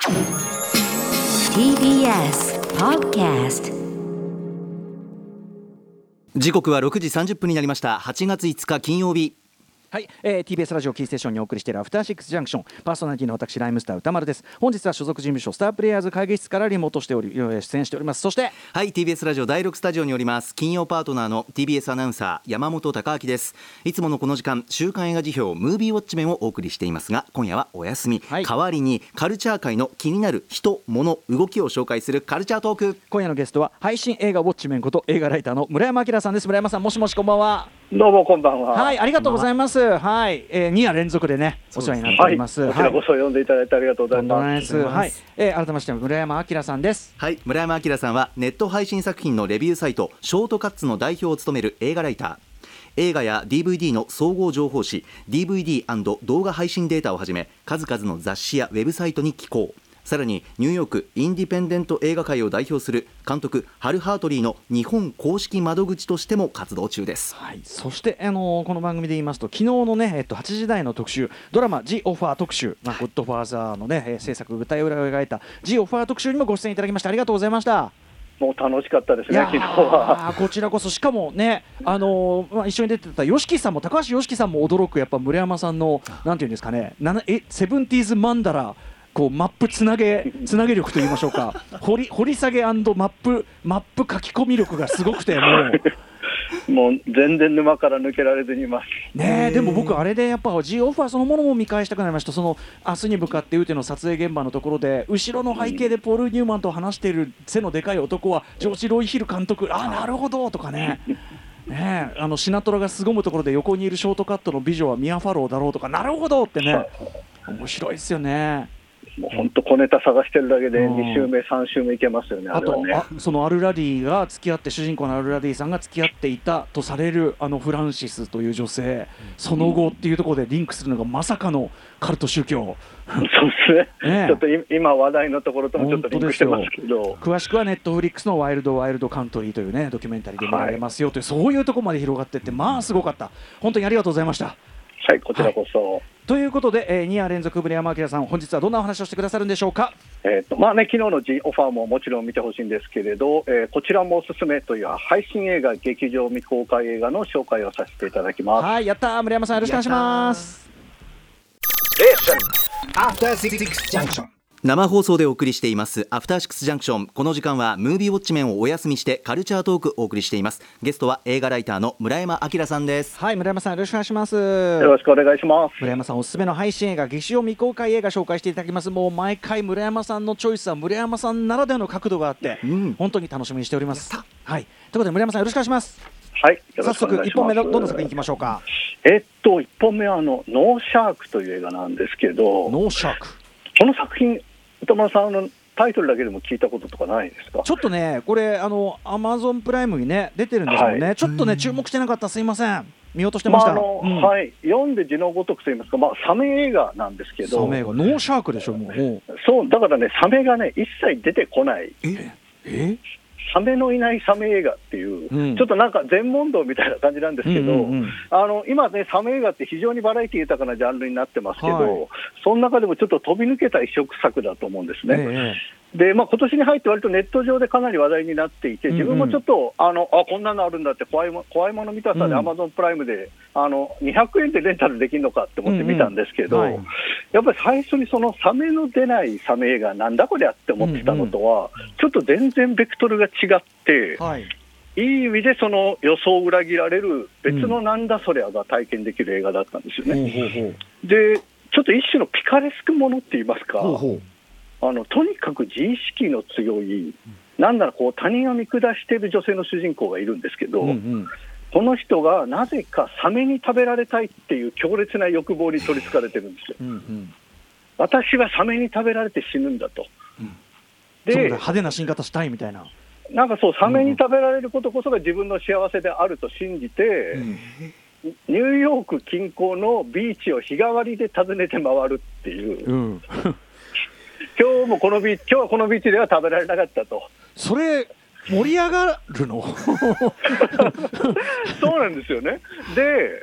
TBS Podcast。 時刻は6時30分になりました。8月5日金曜日。 はい、TBS ラジオキーステーションにお送りしているアフターシックスジャンクション、パーソナリティの私ライムスター歌丸です。本日は所属事務所スタープレイヤーズ会議室からリモートして出演しております。そしてはい、 TBS ラジオ第6スタジオにおります金曜パートナーの TBS アナウンサー山本貴明です。いつものこの時間、週刊映画辞表ムービーウォッチメンをお送りしていますが、今夜はお休み、 はい、 代わりにカルチャー界の気になる人物動きを紹介するカルチャートーク。 今夜のゲストは配信映画ウォッチメンこと映画ライターの村山明さんです。村山さん、もしもしこんばんは。 どうもこんばんは。 はい、ありがとうございます。はい、2夜連続でねお世話になっております。 はい、こちらこそ呼んでいただいてありがとうございます。 はい、改めまして村山明さんです。 はい、村山明さんはネット配信作品のレビューサイトショートカッツの代表を務める映画ライター。映画や DVD の総合情報誌 DVD& 動画配信データをはじめ、数々の雑誌やウェブサイトに寄稿。さらにニューヨークインディペンデント映画界を代表する監督ハル・ハートリーの日本公式窓口としても活動中です。 はい、そして、この番組で言いますと昨日のね、8時台の特集ドラマ The Offer 特集、ゴッドファーザーのね、制作舞台裏を描いた The Offer 特集にもご出演いただきましてありがとうございました。 もう楽しかったですね、昨日は。 こちらこそ、しかもね、一緒に出てたYOSHIKIさんも高橋YOSHIKIさんも驚くやっぱ村山さんのなんていうんですかね、セブンティーズマンダラこうマップつなげ力といいましょうか掘り下げ&マップ書き込み力がすごくてもう全然沼から抜けられずにいますね。でも僕あれでやっぱ G オファーそのものも見返したくなりました。その明日に向かって打ての撮影現場のところで後ろの背景でポール・ニューマンと話している背のでかい男はジョージ・ロイヒル監督、なるほどとかねシナトラが凄むところで横にいるショートカットの美女はミア・ファローだろうとか、なるほどってね、面白いですよね。 もう本当小ネタ探してるだけで2週目3週目いけますよね。 あとそのアルラディが付き合って主人公のアルラディさんが付き合っていたとされるフランシスという女性、その後っていうところでリンクするのがまさかのカルト宗教そうですね、ちょっと今話題のところともちょっとリンクしてますけど、 詳しくはネットフリックスのワイルドワイルドカントリーというねドキュメンタリーで見られますよという、そういうところまで広がっていって、すごかった。本当にありがとうございました。 はい、こちらこそ、 ということで、2夜連続村山明さん、本日はどんなお話をしてくださるんでしょうか。 昨日の G オファーももちろん見てほしいんですけれど、こちらもおすすめという配信映画劇場未公開映画の紹介をさせていただきます。 はい、やったー。村山さんよろしくお願いします。 生放送でお送りしていますアフターシックスジャンクション。この時間はムービーウォッチメンをお休みしてカルチャートークをお送りしています。ゲストは映画ライターの村山明さんです。 はい、村山さんよろしくお願いします。 よろしくお願いします。 村山さんおすすめの配信映画劇場未公開映画紹介していただきます。もう毎回村山さんのチョイスは村山さんならではの角度があって、本当に楽しみにしております。はい、ということで村山さんよろしくお願いします。 はい、 早速1本目のどの作品いきましょうか。 1本目はノーシャークという映画なんですけど、 ノーシャーク、 この作品歌丸さんタイトルだけでも聞いたこととかないですか。 ちょっとねこれAmazon プライムにね出てるんですよね、ちょっとね注目してなかった、すいません、見落としてました。 はい、読んで字のごとくと言いますか、サメ映画なんですけど、 サメ映画ノーシャークでしょ。もうそうだからね、サメがね一切出てこない、サメのいないサメ映画っていう、ちょっとなんか全問答みたいな感じなんですけど、今ねサメ映画って非常にバラエティ豊かなジャンルになってますけど、その中でもちょっと飛び抜けた異色作だと思うんですね。で今年に入って割とネット上でかなり話題になっていて、自分もちょっとこんなのあるんだって怖いもの見たさで Amazon プライムで200円でレンタルできるのかって思って見たんですけど、やっぱり最初にそのサメの出ないサメ映画なんだこりゃって思ってたのとは、ちょっと全然ベクトルが違って、いい意味でその予想を裏切られる別のなんだそりゃが体験できる映画だったんですよね。でちょっと一種のピカレスクものって言いますか、とにかく自意識の強い、なんならこう他人を見下している女性の主人公がいるんですけど、この人がなぜかサメに食べられたいっていう強烈な欲望に取りつかれてるんですよ。私はサメに食べられて死ぬんだと、 で派手な死に方したいみたいな、 なんかそうサメに食べられることこそが自分の幸せであると信じて、ニューヨーク近郊のビーチを日替わりで訪ねて回るっていう、今日はこのビーチでは食べられなかったと。 それ盛り上がるのそうなんですよね。で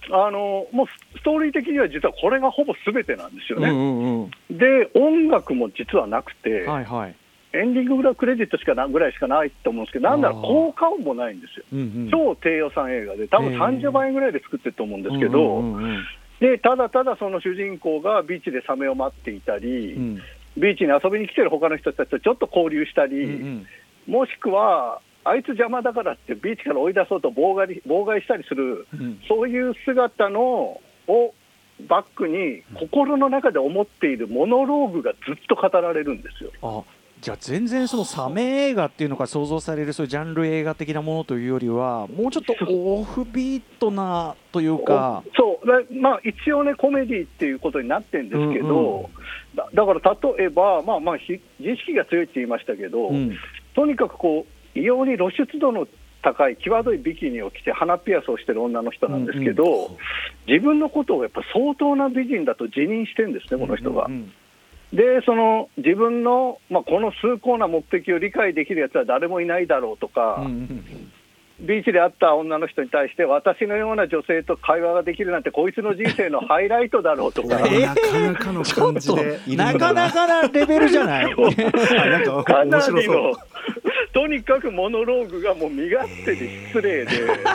もうストーリー的には実はこれがほぼ全てなんですよね。で音楽も実はなくて、はいはい、エンディングクレジットぐらいしかないと思うんですけど、なんなら効果音もないんですよ。超低予算映画で多分30万円ぐらいで作ってると思うんですけど、でただただその主人公がビーチでサメを待っていたり、ビーチに遊びに来てる他の人たちとちょっと交流したり、もしくはあいつ邪魔だからってビーチから追い出そうと妨害したりする、そういう姿をバックに心の中で思っているモノローグがずっと語られるんですよ。 あ、じゃあ全然そのサメ映画っていうのが想像されるそういうジャンル映画的なものというよりはもうちょっとオフビートなというか、 そうまあ一応ねコメディっていうことになってるんですけど、だから例えば自意識が強いって言いましたけど、とにかくこう異様に露出度の高い際どいビキニを着て鼻ピアスをしてる女の人なんですけど、自分のことをやっぱ相当な美人だと自認してるんですね、この人が。でその自分の、この崇高な目的を理解できるやつは誰もいないだろうとか、ビーチで会った女の人に対して私のような女性と会話ができるなんてこいつの人生のハイライトだろうとかなかなかの感じでなかなかなレベルじゃないかなりのとにかくモノローグがもう身勝手で失礼で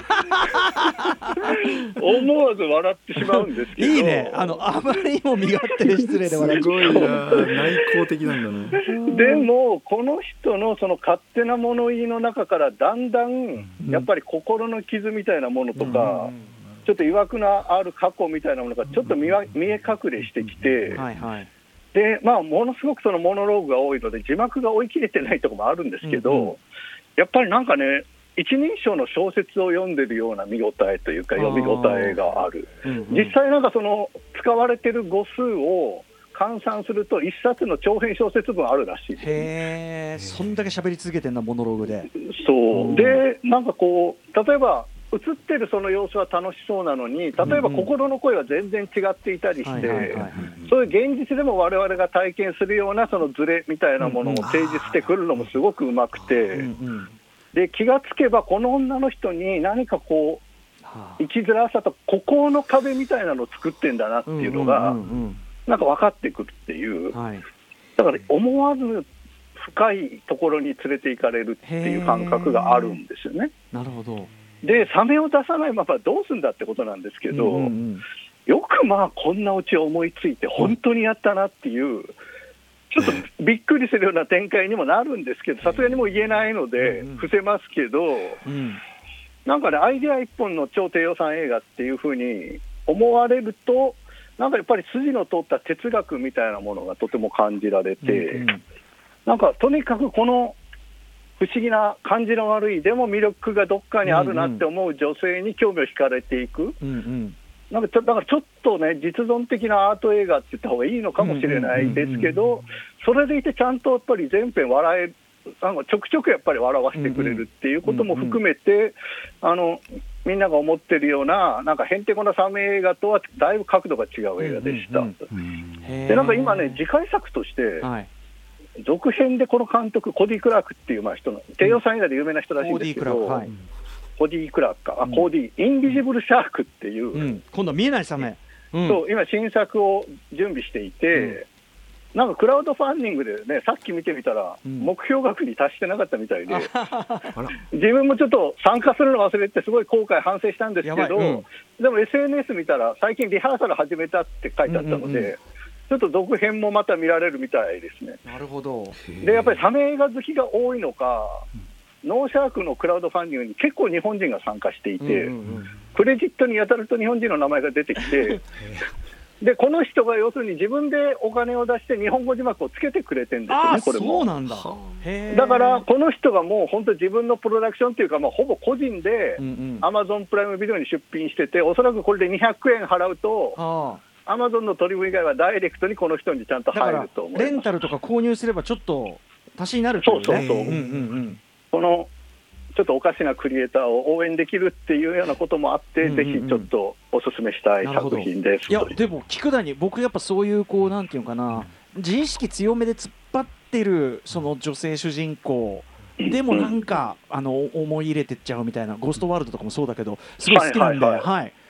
思わず笑ってしまうんですけど、 いいね、あまりにも身勝手で失礼で笑ってすごいな、内向的なんだね。 でもこの人のその勝手な物言いの中からだんだんやっぱり心の傷みたいなものとか、ちょっと曰くなある過去みたいなものがちょっと見え隠れしてきて、でものすごくそのモノローグが多いので字幕が追い切れてないところもあるんですけど、やっぱりなんかね一人称の小説を読んでるような見応えというか読み応えがある。実際なんかその使われてる語数を換算すると一冊の長編小説文あるらしいです、ね。 へー、そんだけ喋り続けてんだモノローグで。 そうでなんかこう例えば映ってるその様子は楽しそうなのに、例えば心の声は全然違っていたりして、そういう現実でも我々が体験するようなそのズレみたいなものを提示してくるのもすごくうまくて、で気がつけばこの女の人に何かこう生きづらさと孤高の壁みたいなのを作ってんだなっていうのがなんか分かってくるっていう、だから思わず深いところに連れて行かれるっていう感覚があるんですよね。 なるほど。 でサメを出さないままどうするんだってことなんですけど、よくこんなオチを思いついて本当にやったなっていうちょっとびっくりするような展開にもなるんですけど、さすがにもう言えないので伏せますけど、なんかねアイデア一本の超低予算映画っていう風に思われるとなんかやっぱり筋の通った哲学みたいなものがとても感じられて、なんかとにかくこの不思議な感じの悪いでも魅力がどっかにあるなって思う女性に興味を惹かれていく、だからちょっとね実存的なアート映画って言った方がいいのかもしれないですけど、それでいてちゃんとやっぱり全編笑えちょくちょくやっぱり笑わせてくれるっていうことも含めて、みんなが思ってるようななんかへんてこなサメ映画とはだいぶ角度が違う映画でした。でなんか今ね次回作として、続編でこの監督コディ・クラークっていう人の低予算映画で有名な人らしいんですけど、コディ・クラークか、コディインビジブル・シャークっていう、 今度は見えないサメ、 そう今新作を準備していて、なんかクラウドファンディングでねさっき見てみたら目標額に達してなかったみたいで、自分もちょっと参加するの忘れてすごい後悔反省したんですけど、でも SNS 見たら最近リハーサル始めたって書いてあったので、ちょっと続編もまた見られるみたいですね。 なるほど。 でやっぱりサメ映画好きが多いのか、ノーシャークのクラウドファンディングに結構日本人が参加していて、クレジットに当たると日本人の名前が出てきてでこの人が要するに自分でお金を出して日本語字幕をつけてくれてるんですよね。これもそうなんだ。 だからこの人がもう本当自分のプロダクションというか、ほぼ個人でアマゾンプライムビデオに出品してて、おそらくこれで200円払うとアマゾンの取り分以外はダイレクトにこの人にちゃんと入ると思います。 レンタルとか購入すればちょっと足しになるってことね。 このちょっとおかしなクリエイターを応援できるっていうようなこともあって、ぜひちょっとおすすめしたい作品です。 いやでも菊田に僕やっぱそういうなんていうかな、自意識強めで突っ張ってるその女性主人公でもなんか思い入れてっちゃうみたいな、ゴーストワールドとかもそうだけどすごい好きなんで、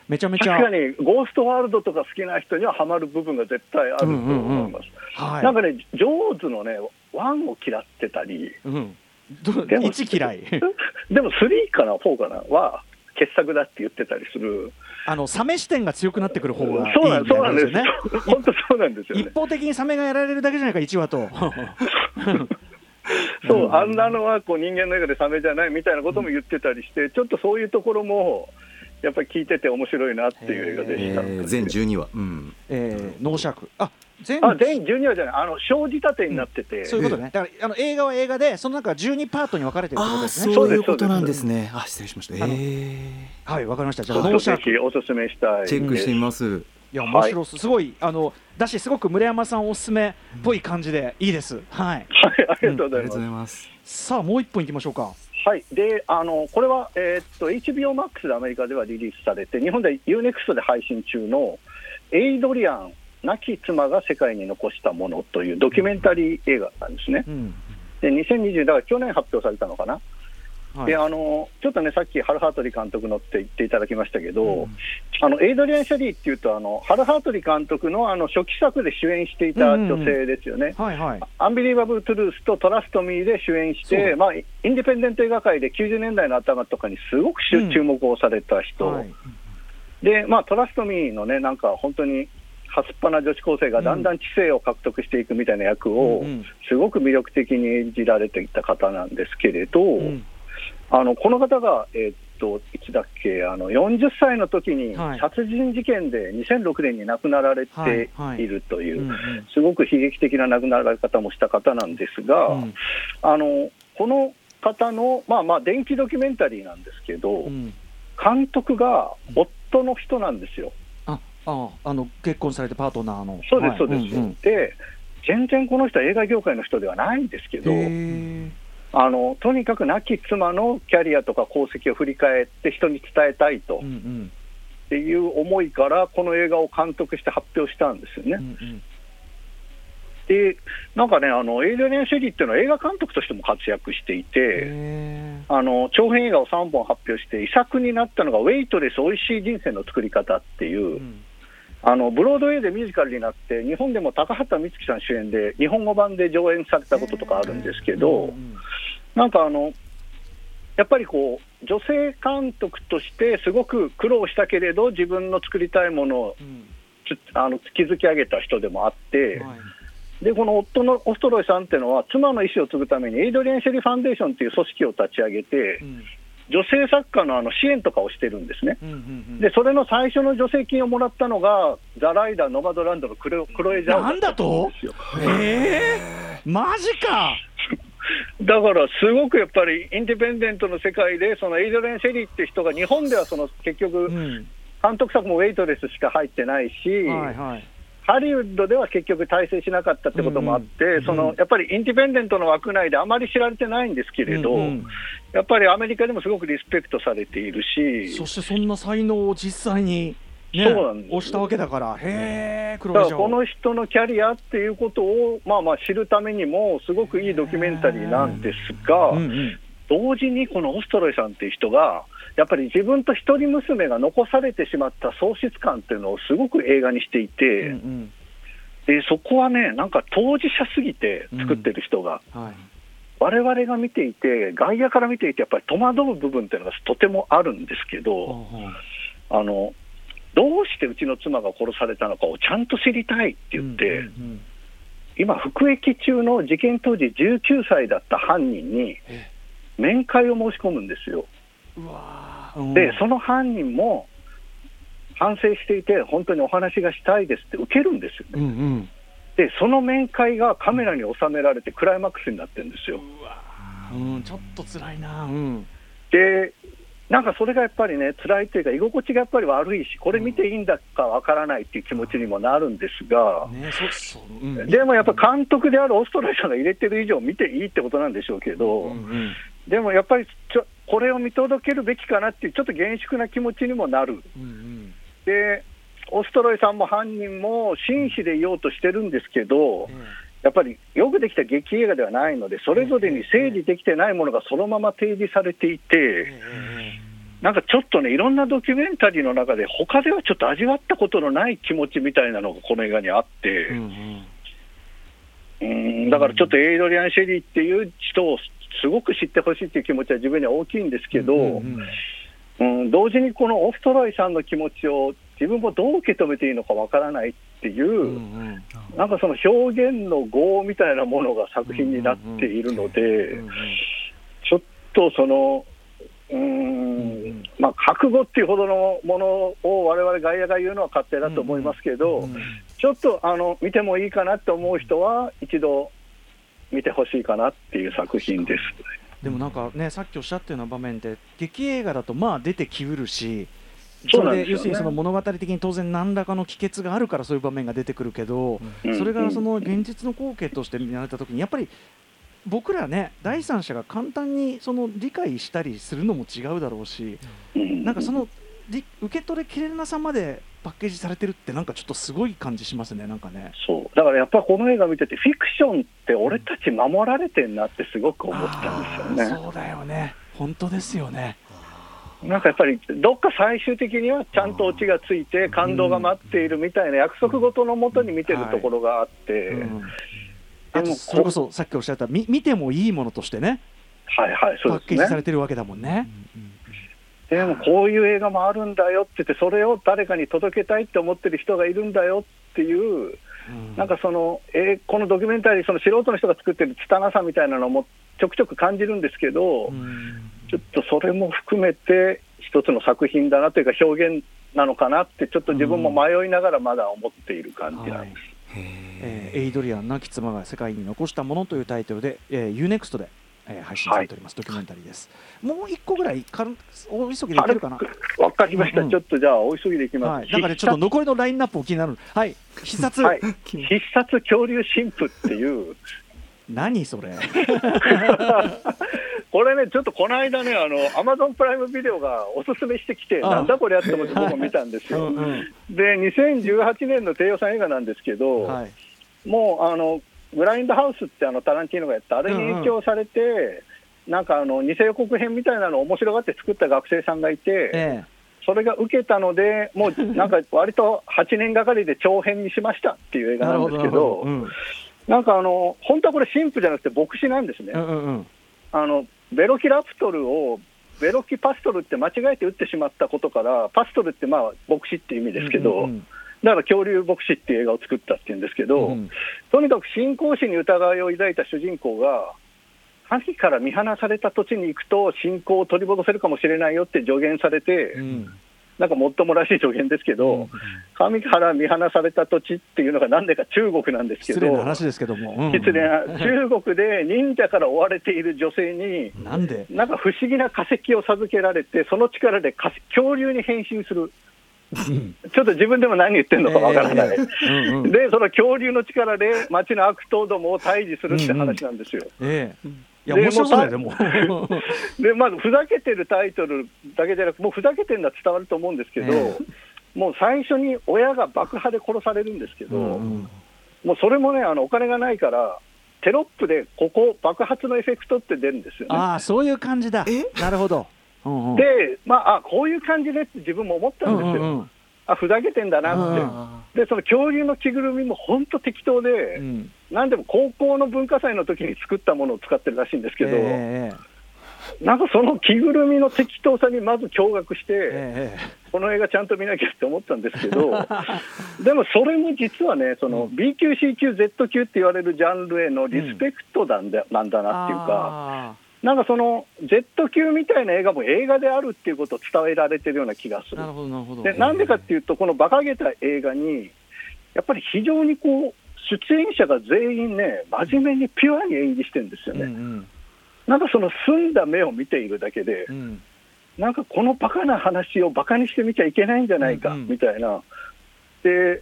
めちゃめちゃ確かにゴーストワールドとか好きな人にはハマる部分が絶対あると思います。なんかね、ジョーズのね1を嫌ってたり、でも 1嫌いでも3かな4かなは傑作だって言ってたりする。 サメ視点が強くなってくる方がいいそうなんですよね。本当そうなんですよね。 一方的にサメがやられるだけじゃないか1話とそう、あんなのはこう人間の映画でサメじゃないみたいなことも言ってたりして、ちょっとそういうところもやっぱり聞いてて面白いなっていう映画でした。 全12話、 脳尺全 12話じゃない、小仕立てになってて、 そういうことね。だから映画は映画でその中12パートに分かれてるってことですね。 そういうことなんですね。失礼しました。 はい、わかりました。じゃあ脳尺ぜひおすすめしたい。 チェックしてみます。 いや面白すごいだしすごく村山さんおすすめっぽい感じでいいです。はい、 ありがとうございます。 さあもう一本いきましょうか。 はい、でこれは、HBO Max でアメリカではリリースされて、日本で UNEXT で配信中のエイドリアン亡き妻が世界に残したものというドキュメンタリー映画なんですね。で2020だから去年発表されたのかな。でちょっとねさっきハル・ハートリー監督のって言っていただきましたけど、エイドリアン・シャリーっていうとハル・ハートリー監督の初期作で主演していた女性ですよね。アンビリーバブル・トゥルースとトラスト・ミーで主演して、インディペンデント映画界で90年代の頭とかにすごく注目をされた人、でトラスト・ミーのねなんか本当にはすっぱな女子高生がだんだん知性を獲得していくみたいな役をすごく魅力的に演じられていた方なんですけれど、この方が、いつだっけ40歳の時に殺人事件で2006年に亡くなられているという、すごく悲劇的な亡くなられ方もした方なんですが、この方の、電気ドキュメンタリーなんですけど、監督が夫の人なんですよ。 結婚されてパートナーの。 そうですそうです。で全然この人は映画業界の人ではないんですけど、とにかく亡き妻のキャリアとか功績を振り返って人に伝えたいと、っていう思いからこの映画を監督して発表したんですよね。でなんかねエイドリアン・シェリーっていうのは映画監督としても活躍していて、長編映画を3本発表して遺作になったのがウェイトレスおいしい人生の作り方っていう、ブロードウェイでミュージカルになって日本でも高畑充希さん主演で日本語版で上演されたこととかあるんですけど、なんかやっぱりこう女性監督としてすごく苦労したけれど自分の作りたいものを築き上げた人でもあって、でこの夫のオストロイさんっていうのは妻の意思を継ぐためにエイドリアン・シェリー・ファンデーションっていう組織を立ち上げて、女性作家の支援とかをしてるんですね。でそれの最初の助成金をもらったのがザ・ライダー・ノバドランドのクロエ・ジャオなんだとマジかだからすごくやっぱりインディペンデントの世界でそのエイドリアン・シェリーって人が日本では結局監督作もウェイトレスしか入ってないし、ハリウッドでは結局大成しなかったってこともあって、やっぱりインディペンデントの枠内であまり知られてないんですけれど、やっぱりアメリカでもすごくリスペクトされているし、 そしてそんな才能を実際に、押したわけだから、だからこの人のキャリアっていうことを、知るためにもすごくいいドキュメンタリーなんですが、同時にこのオストロイさんっていう人がやっぱり自分と一人娘が残されてしまった喪失感っていうのをすごく映画にしていて、でそこはねなんか当事者すぎて作ってる人が、我々が見ていて外野から見ていてやっぱり戸惑う部分っていうのがとてもあるんですけど、どうしてうちの妻が殺されたのかをちゃんと知りたいって言って、今服役中の事件当時19歳だった犯人に面会を申し込むんですよ。でその犯人も反省していて本当にお話がしたいですって受けるんですよね。でその面会がカメラに収められてクライマックスになってるんですよ。 ちょっと辛いな。 でなんかそれがやっぱりね辛いというか居心地がやっぱり悪いし、これ見ていいんだかわからないっていう気持ちにもなるんですが、でもやっぱ監督であるオストラリアが入れてる以上見ていいってことなんでしょうけど、でもやっぱりこれを見届けるべきかなっていうちょっと厳粛な気持ちにもなる。でオストロイさんも犯人も真摯でいようとしてるんですけど、やっぱりよくできた劇映画ではないのでそれぞれに整理できてないものがそのまま提示されていて、 なんかちょっとね、いろんなドキュメンタリーの中で他ではちょっと味わったことのない気持ちみたいなのがこの映画にあって、だからちょっとエイドリアン・シェリーっていう人をすごく知ってほしいっていう気持ちは自分には大きいんですけど、同時にこのオフトロイさんの気持ちを自分もどう受け止めていいのかわからないっていう、なんかその表現の業みたいなものが作品になっているので、ちょっとその覚悟っていうほどのものを我々外野が言うのは勝手だと思いますけど、ちょっと見てもいいかなって思う人は一度見てほしいかなっていう作品です。 でもなんかね、さっきおっしゃったような場面で劇映画だとまあ出てきうるし、 そうなんですよね、 要するにその物語的に当然何らかの帰結があるからそういう場面が出てくるけど、それがその現実の光景として見られた時にやっぱり僕らね、第三者が簡単にその理解したりするのも違うだろうし、なんかその受け取れきれなさまでパッケージされてるってなんかちょっとすごい感じしますね。なんかね、 そうだからやっぱこの映画見ててフィクションって俺たち守られてんなってすごく思ったんですよね。 そうだよね、本当ですよね。 なんかやっぱりどっか最終的にはちゃんとオチがついて感動が待っているみたいな約束事のもとに見てるところがあって、 あとそれこそさっきおっしゃった見てもいいものとしてね、 はいはい、そうですね、 パッケージされてるわけだもんね。 でもこういう映画もあるんだよって言って、それを誰かに届けたいって思ってる人がいるんだよっていう、なんかそのこのドキュメンタリー、その素人の人が作ってる拙さみたいなのもちょくちょく感じるんですけど、ちょっとそれも含めて一つの作品だなというか表現なのかなってちょっと自分も迷いながらまだ思っている感じなんです。 エイドリアン亡き妻が世界に残したものというタイトルで、UNEXT で配信されております、ドキュメンタリーです。もう一個ぐらいお急ぎでいけるかな。 わかりました、ちょっとじゃあお急ぎでいきます。 だからちょっと残りのラインナップを気になる。はい、必殺、 必殺恐竜神父っていう何それこれね、ちょっとこの間ね、Amazon プライムビデオがおすすめしてきて、なんだこれやって思って僕も見たんですよ。で、2018年の低予算映画なんですけど、もうグラインドハウスってタランティーノがやったあれに影響されて、なんか偽予告編みたいなのを面白がって作った学生さんがいて、それが受けたので、もうなんか割と8年がかりで長編にしましたっていう映画なんですけど、なんか本当はこれ神父じゃなくて牧師なんですね。ベロキラプトルをベロキパストルって間違えて撃ってしまったことから、パストルってまあ牧師っていう意味ですけど、だから恐竜牧師っていう映画を作ったっていうんですけど、とにかく信仰心に疑いを抱いた主人公が神から見放された土地に行くと信仰を取り戻せるかもしれないよって助言されて、なんかもっともらしい助言ですけど、神から見放された土地っていうのが何でか中国なんですけど、 失礼な話ですけども、 失礼な中国で忍者から追われている女性になんか不思議な化石を授けられて、その力で恐竜に変身するちょっと自分でも何言ってるのかわからない、でその恐竜の力で町の悪党どもを退治するって話なんですよ。 いや面白そうでもでまずふざけてるタイトルだけじゃなく、もうふざけてるのは伝わると思うんですけど、もう最初に親が爆破で殺されるんですけど、もうそれもね、お金がないからテロップでここ爆発のエフェクトって出るんですよね。 ああ、そういう感じだ。なるほど。 で、こういう感じでって自分も思ったんですよ。ふざけてんだなって。でその恐竜の着ぐるみも本当適当で、なんでも高校の文化祭の時に作ったものを使ってるらしいんですけど、なんかその着ぐるみの適当さにまず驚愕して、この映画ちゃんと見なきゃって思ったんですけどでもそれも実はね、その B 級 C 級 Z 級って言われるジャンルへのリスペクトなんだなっていうか、なんかその Z 級みたいな映画も映画であるっていうことを伝えられてるような気がする。でなんでかっていうと、この馬鹿げた映画にやっぱり非常にこう出演者が全員ね、真面目にピュアに演技してるんですよね。なんかその澄んだ目を見ているだけで、なんかこのバカな話をバカにしてみちゃいけないんじゃないかみたいな。で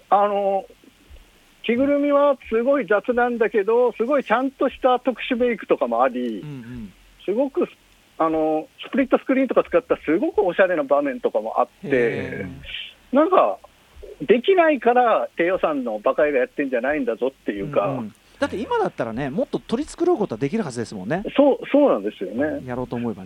着ぐるみはすごい雑なんだけど、すごいちゃんとした特殊メイクとかもあり、すごくスプリットスクリーンとか使ったすごくおしゃれな場面とかもあって、なんかできないから低予算のバカ映画やってんじゃないんだぞっていうか、 だって今だったらね、もっと取り繕うことはできるはずですもんね。 そうなんですよね。 やろうと思えばね。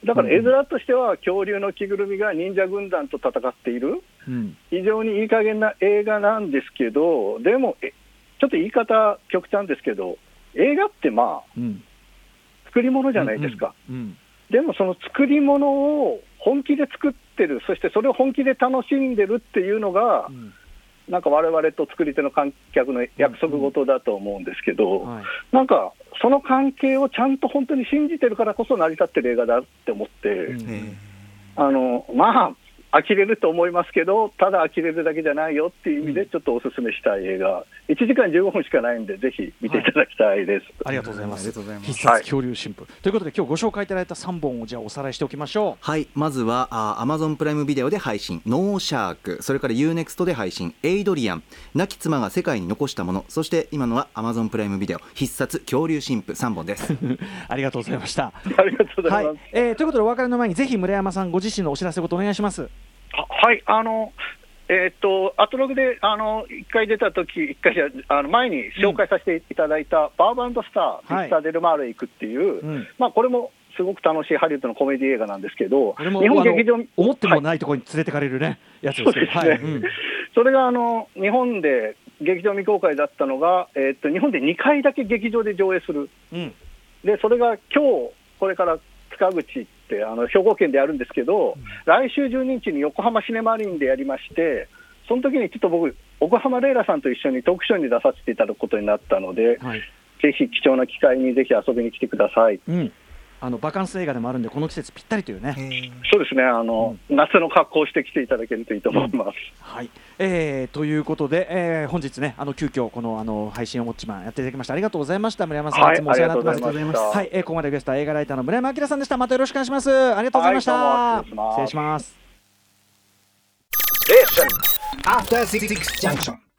だから絵面としては恐竜の着ぐるみが忍者軍団と戦っている、非常にいい加減な映画なんですけど、でもちょっと言い方極端ですけど、映画って作り物じゃないですか。でもその作り物を本気で作ってる、そしてそれを本気で楽しんでるっていうのが、なんか我々と作り手の観客の約束事だと思うんですけど、なんかその関係をちゃんと本当に信じてるからこそ成り立ってる映画だって思って、まあ呆れると思いますけど、ただ呆れるだけじゃないよっていう意味でちょっとお勧めしたい映画、1時間15分しかないんでぜひ見ていただきたいです。 ありがとうございます。必殺恐竜新婦、ということで今日ご紹介いただいた3本をじゃあおさらいしておきましょう。 はい、まずはAmazon プライムビデオで配信ノーシャーク、それから UNEXT で配信エイドリアン、亡き妻が世界に残したもの、そして今のは Amazon プライムビデオ必殺恐竜新婦3本ですありがとうございました。 ありがとうございます。 ということでお別れの前にぜひ村山さんご自身のお知らせ事お願いします。 はい、アトログで1回出たとき、前に紹介させていただいた、バーバンドスター、ミスター・デルマーレ行くっていう、これもすごく楽しいハリウッドのコメディ映画なんですけど、 日本劇場思ってもないところに連れてかれるね、やつですけど、 それが日本で劇場未公開だったのが、日本で2回だけ劇場で上映する、でそれが今日これから塚口って兵庫県でやるんですけど、来週12日に横浜シネマリンでやりまして、その時にちょっと僕奥浜レイラさんと一緒にトークショーに出させていただくことになったので、ぜひ貴重な機会にぜひ遊びに来てください。 バカンス映画でもあるんでこの季節ぴったりというね。 そうですね、夏の格好をして来ていただけるといいと思います。 ということで、本日ね急遽この配信をウォッチマンやっていただきましてありがとうございました。村山さん、いつもお世話になってます。ここまでゲストは映画ライターの村山明さんでした。またよろしくお願いします。ありがとうございました。失礼します。 After 66 junction.